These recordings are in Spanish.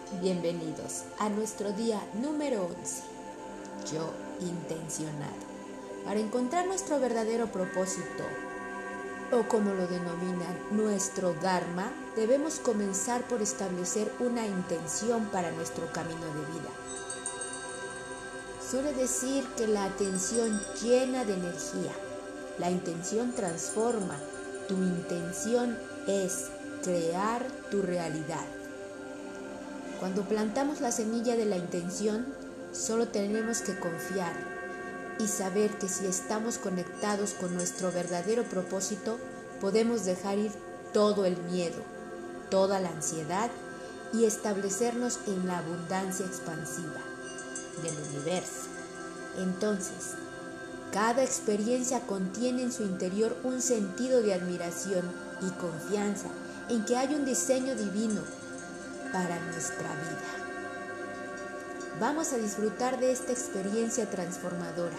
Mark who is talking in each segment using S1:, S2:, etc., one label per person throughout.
S1: Bienvenidos a nuestro día número 11. Yo intencionado. Para encontrar nuestro verdadero propósito, o como lo denominan, nuestro Dharma, debemos comenzar por establecer una intención para nuestro camino de vida. Suele decir que la atención llena de energía. La intención transforma. Tu intención es crear tu realidad. Cuando plantamos la semilla de la intención, solo tenemos que confiar y saber que si estamos conectados con nuestro verdadero propósito, podemos dejar ir todo el miedo, toda la ansiedad y establecernos en la abundancia expansiva del universo. Entonces, cada experiencia contiene en su interior un sentido de admiración y confianza en que hay un diseño divino para nuestra vida. Vamos a disfrutar de esta experiencia transformadora.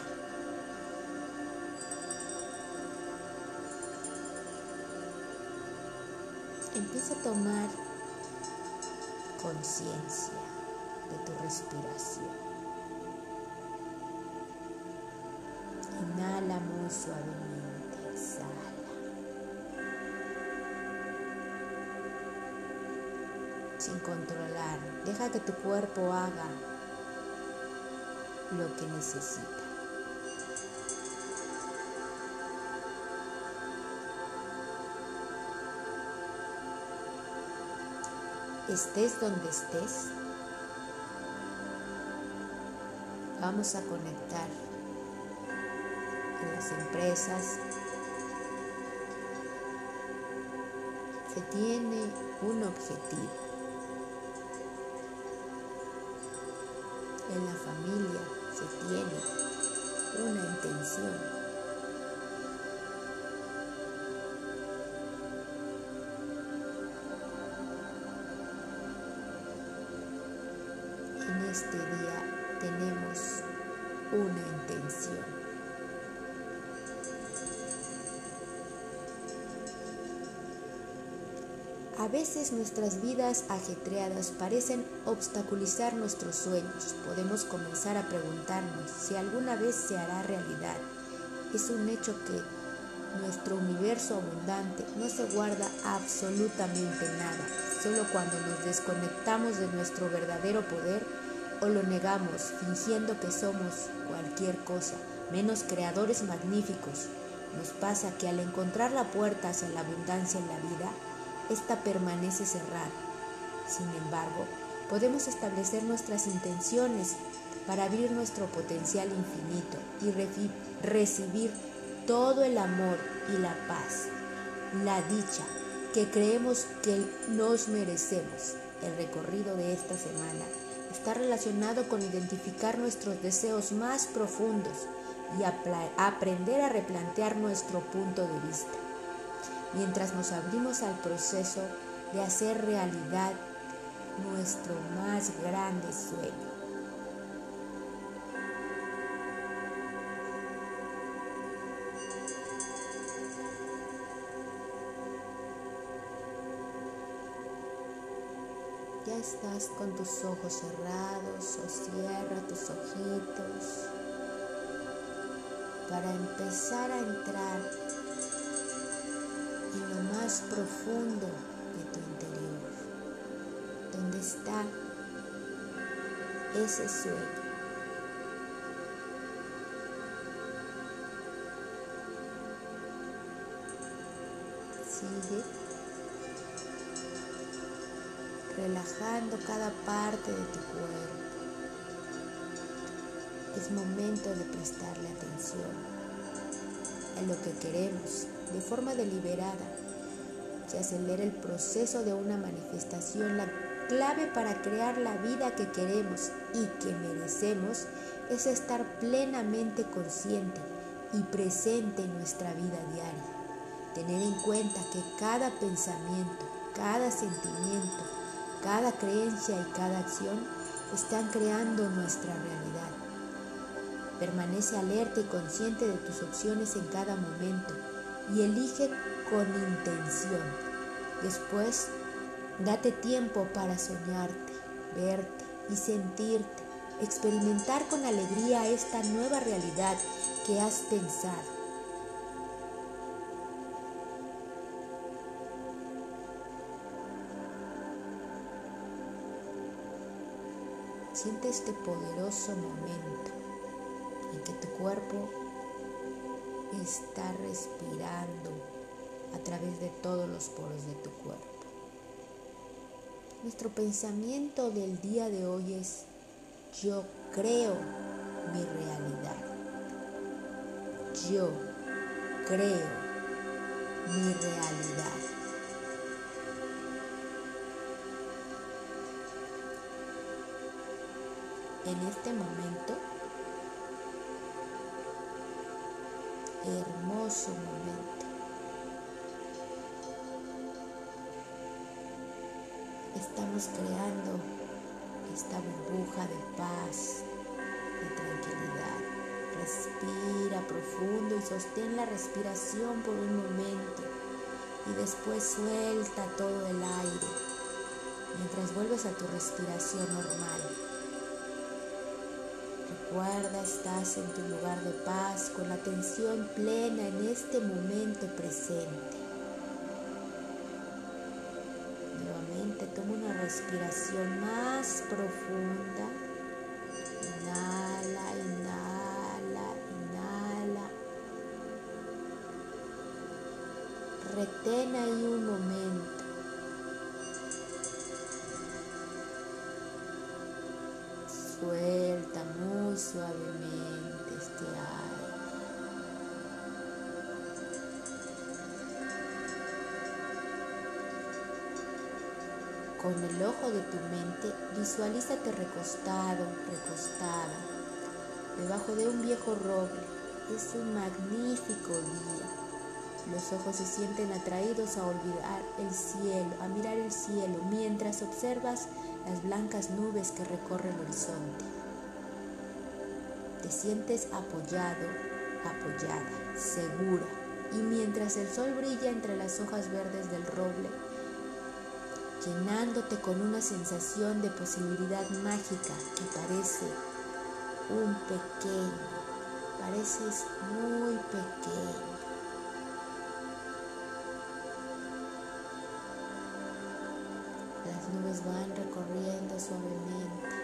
S1: Empieza a tomar conciencia de tu respiración. Inhala muy suavemente, exhala. Sin controlar, deja que tu cuerpo haga lo que necesita. Estés donde estés, vamos a conectar en las empresas. Se tiene un objetivo. En la familia se tiene una intención. En este día tenemos una intención. A veces nuestras vidas ajetreadas parecen obstaculizar nuestros sueños. Podemos comenzar a preguntarnos si alguna vez se hará realidad. Es un hecho que nuestro universo abundante no se guarda absolutamente nada. Solo cuando nos desconectamos de nuestro verdadero poder o lo negamos fingiendo que somos cualquier cosa, menos creadores magníficos, nos pasa que al encontrar la puerta hacia la abundancia en la vida, esta permanece cerrada. Sin embargo, podemos establecer nuestras intenciones para abrir nuestro potencial infinito y recibir todo el amor y la paz, la dicha que creemos que nos merecemos. El recorrido de esta semana está relacionado con identificar nuestros deseos más profundos y aprender a replantear nuestro punto de vista, mientras nos abrimos al proceso de hacer realidad nuestro más grande sueño. Ya estás con tus ojos cerrados o cierra tus ojitos para empezar a entrar en lo más profundo de tu interior, donde está ese sueño. Sigue relajando cada parte de tu cuerpo. Es momento de prestarle atención a lo que queremos. De forma deliberada se acelera el proceso de una manifestación. La clave para crear la vida que queremos y que merecemos es estar plenamente consciente y presente en nuestra vida diaria. Tener en cuenta que cada pensamiento, cada sentimiento, cada creencia y cada acción están creando nuestra realidad. Permanece alerta y consciente de tus opciones en cada momento y elige con intención. Después, date tiempo para soñarte, verte y sentirte, experimentar con alegría esta nueva realidad que has pensado. Siente este poderoso momento en que tu cuerpo está respirando a través de todos los poros de tu cuerpo. Nuestro pensamiento del día de hoy es: yo creo mi realidad. Yo creo mi realidad. En este momento, hermoso momento, estamos creando esta burbuja de paz, de tranquilidad. Respira profundo y sostén la respiración por un momento y después suelta todo el aire mientras vuelves a tu respiración normal. Recuerda, estás en tu lugar de paz con la atención plena en este momento presente. Nuevamente toma una respiración más profunda. Inhala, inhala, inhala. Retén ahí un momento. Suelta muy suavemente este aire. Con el ojo de tu mente, visualízate recostado, recostada, debajo de un viejo roble. Es un magnífico día. Los ojos se sienten atraídos a olvidar el cielo, a mirar el cielo, mientras observas las blancas nubes que recorren el horizonte. Te sientes apoyado, apoyada, segura, y mientras el sol brilla entre las hojas verdes del roble, llenándote con una sensación de posibilidad mágica que parece un pequeño, pareces muy pequeño. Las nubes van recorriendo suavemente.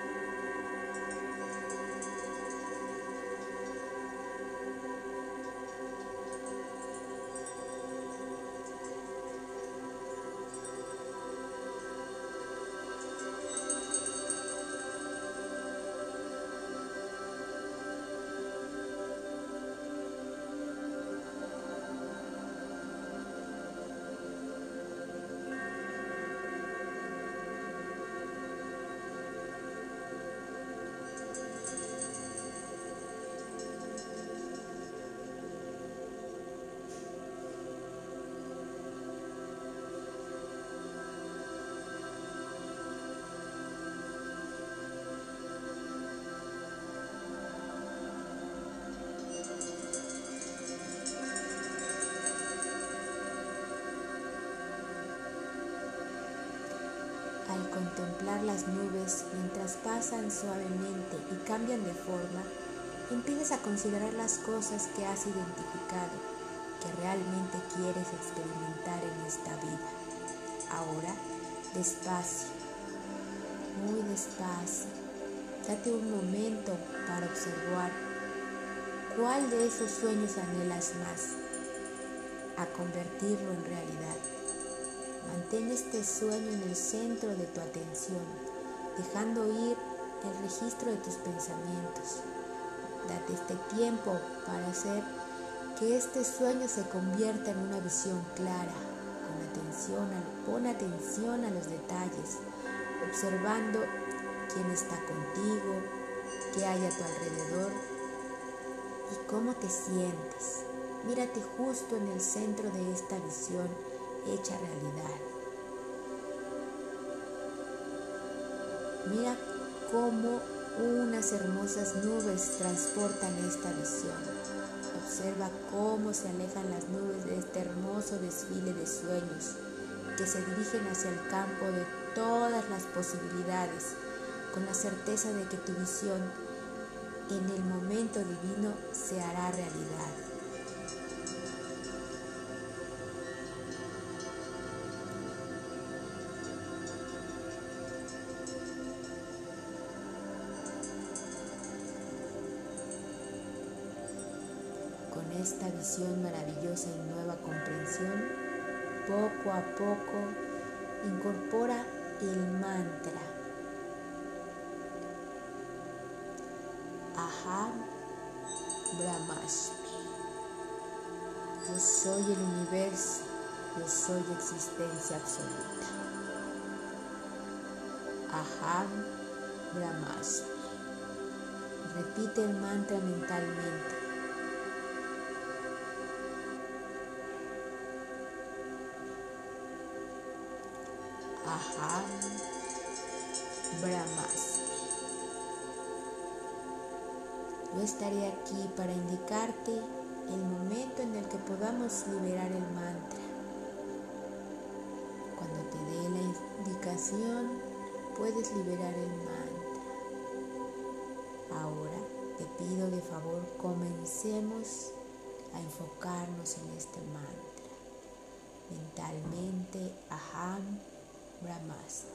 S1: Al contemplar las nubes mientras pasan suavemente y cambian de forma, empiezas a considerar las cosas que has identificado, que realmente quieres experimentar en esta vida. Ahora, despacio, muy despacio, date un momento para observar cuál de esos sueños anhelas más, a convertirlo en realidad. Mantén este sueño en el centro de tu atención, dejando ir el registro de tus pensamientos. Date este tiempo para hacer que este sueño se convierta en una visión clara. Pon atención a los detalles, observando quién está contigo, qué hay a tu alrededor y cómo te sientes. Mírate justo en el centro de esta visión hecha realidad. Mira cómo unas hermosas nubes transportan esta visión. Observa cómo se alejan las nubes de este hermoso desfile de sueños que se dirigen hacia el campo de todas las posibilidades, con la certeza de que tu visión en el momento divino se hará realidad. Con esta visión maravillosa y nueva comprensión, poco a poco incorpora el mantra Aham Brahmasmi. Yo soy el universo, yo soy existencia absoluta. Aham Brahmasmi. Repite el mantra mentalmente. Aham Brahmasmi. Yo estaré aquí para indicarte el momento en el que podamos liberar el mantra. Cuando te dé la indicación, puedes liberar el mantra. Ahora te pido de favor, comencemos a enfocarnos en este mantra. Mentalmente, Aham Brahmasmi.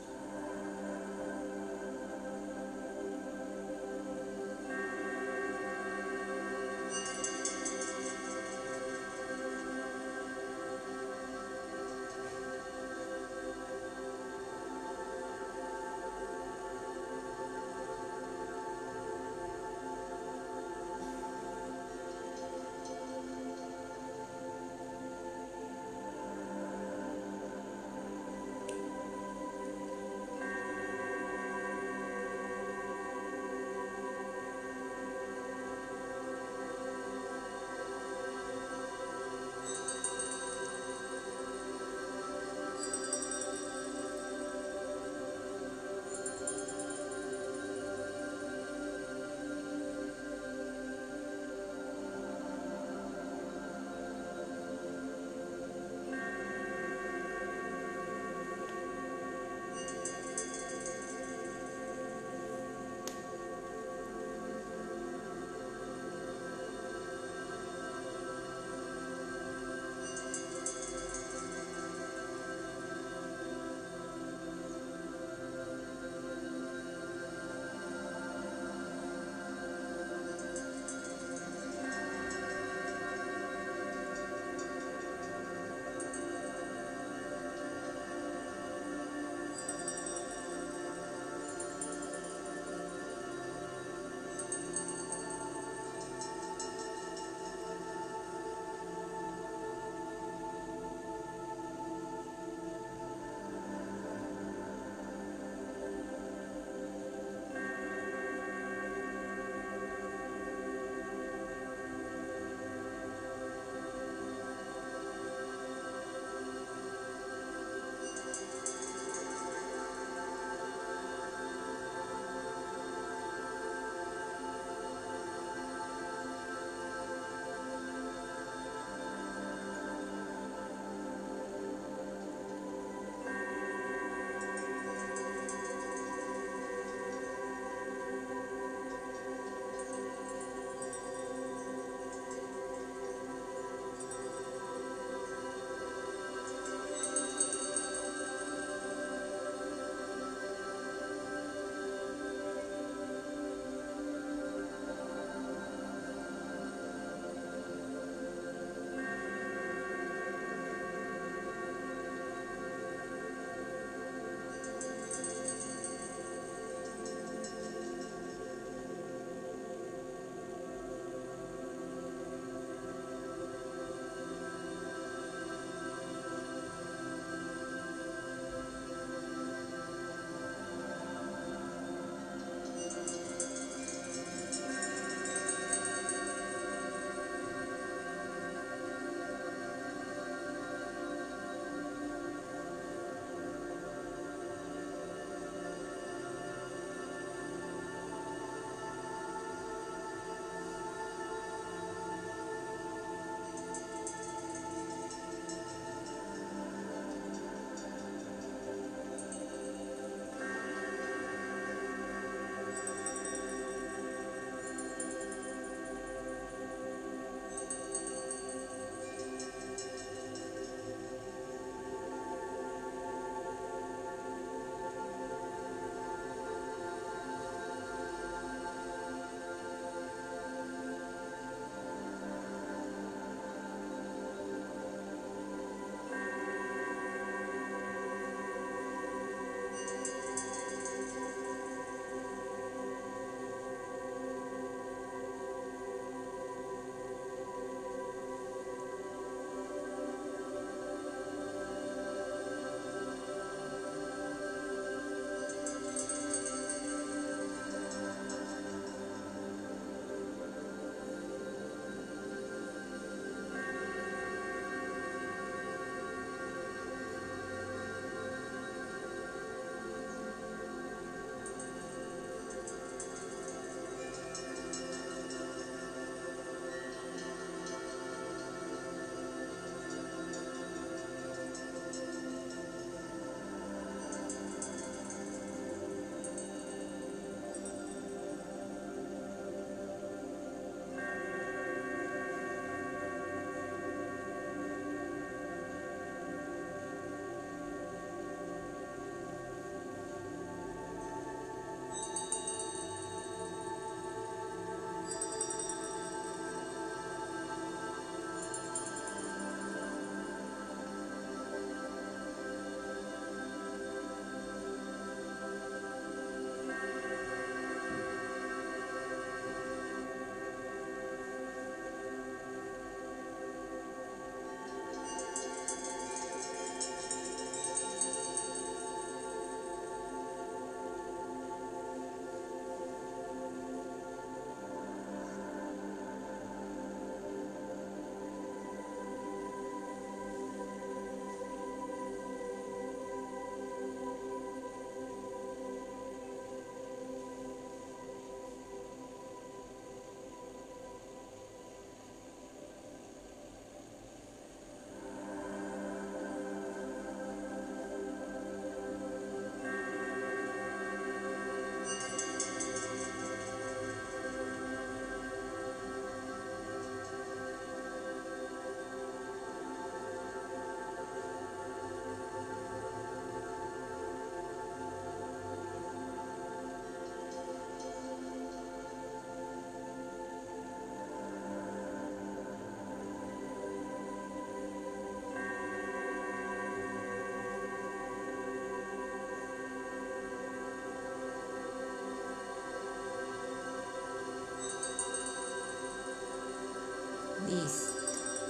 S1: Listo.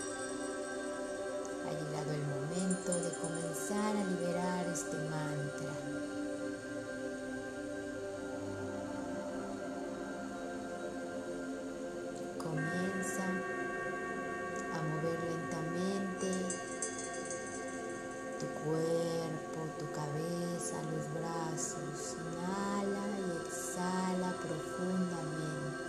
S1: Ha llegado el momento de comenzar a liberar este mantra. Comienza a mover lentamente tu cuerpo, tu cabeza, los brazos. Inhala y exhala profundamente.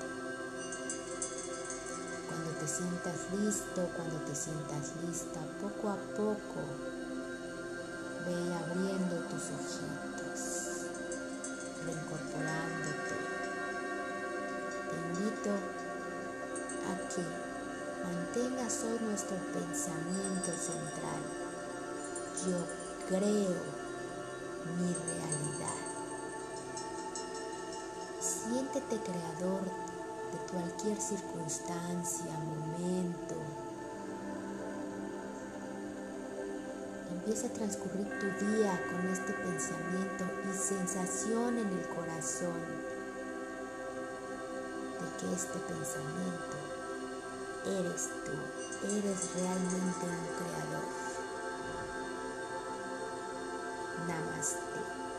S1: Cuando te sientas listo, cuando te sientas lista, poco a poco ve abriendo tus ojitos, reincorporándote. Te invito a que mantengas hoy nuestro pensamiento central. Yo creo mi realidad. Siéntete creador de cualquier circunstancia, momento. Empieza a transcurrir tu día con este pensamiento y sensación en el corazón de que este pensamiento eres tú, eres realmente un creador. Namaste.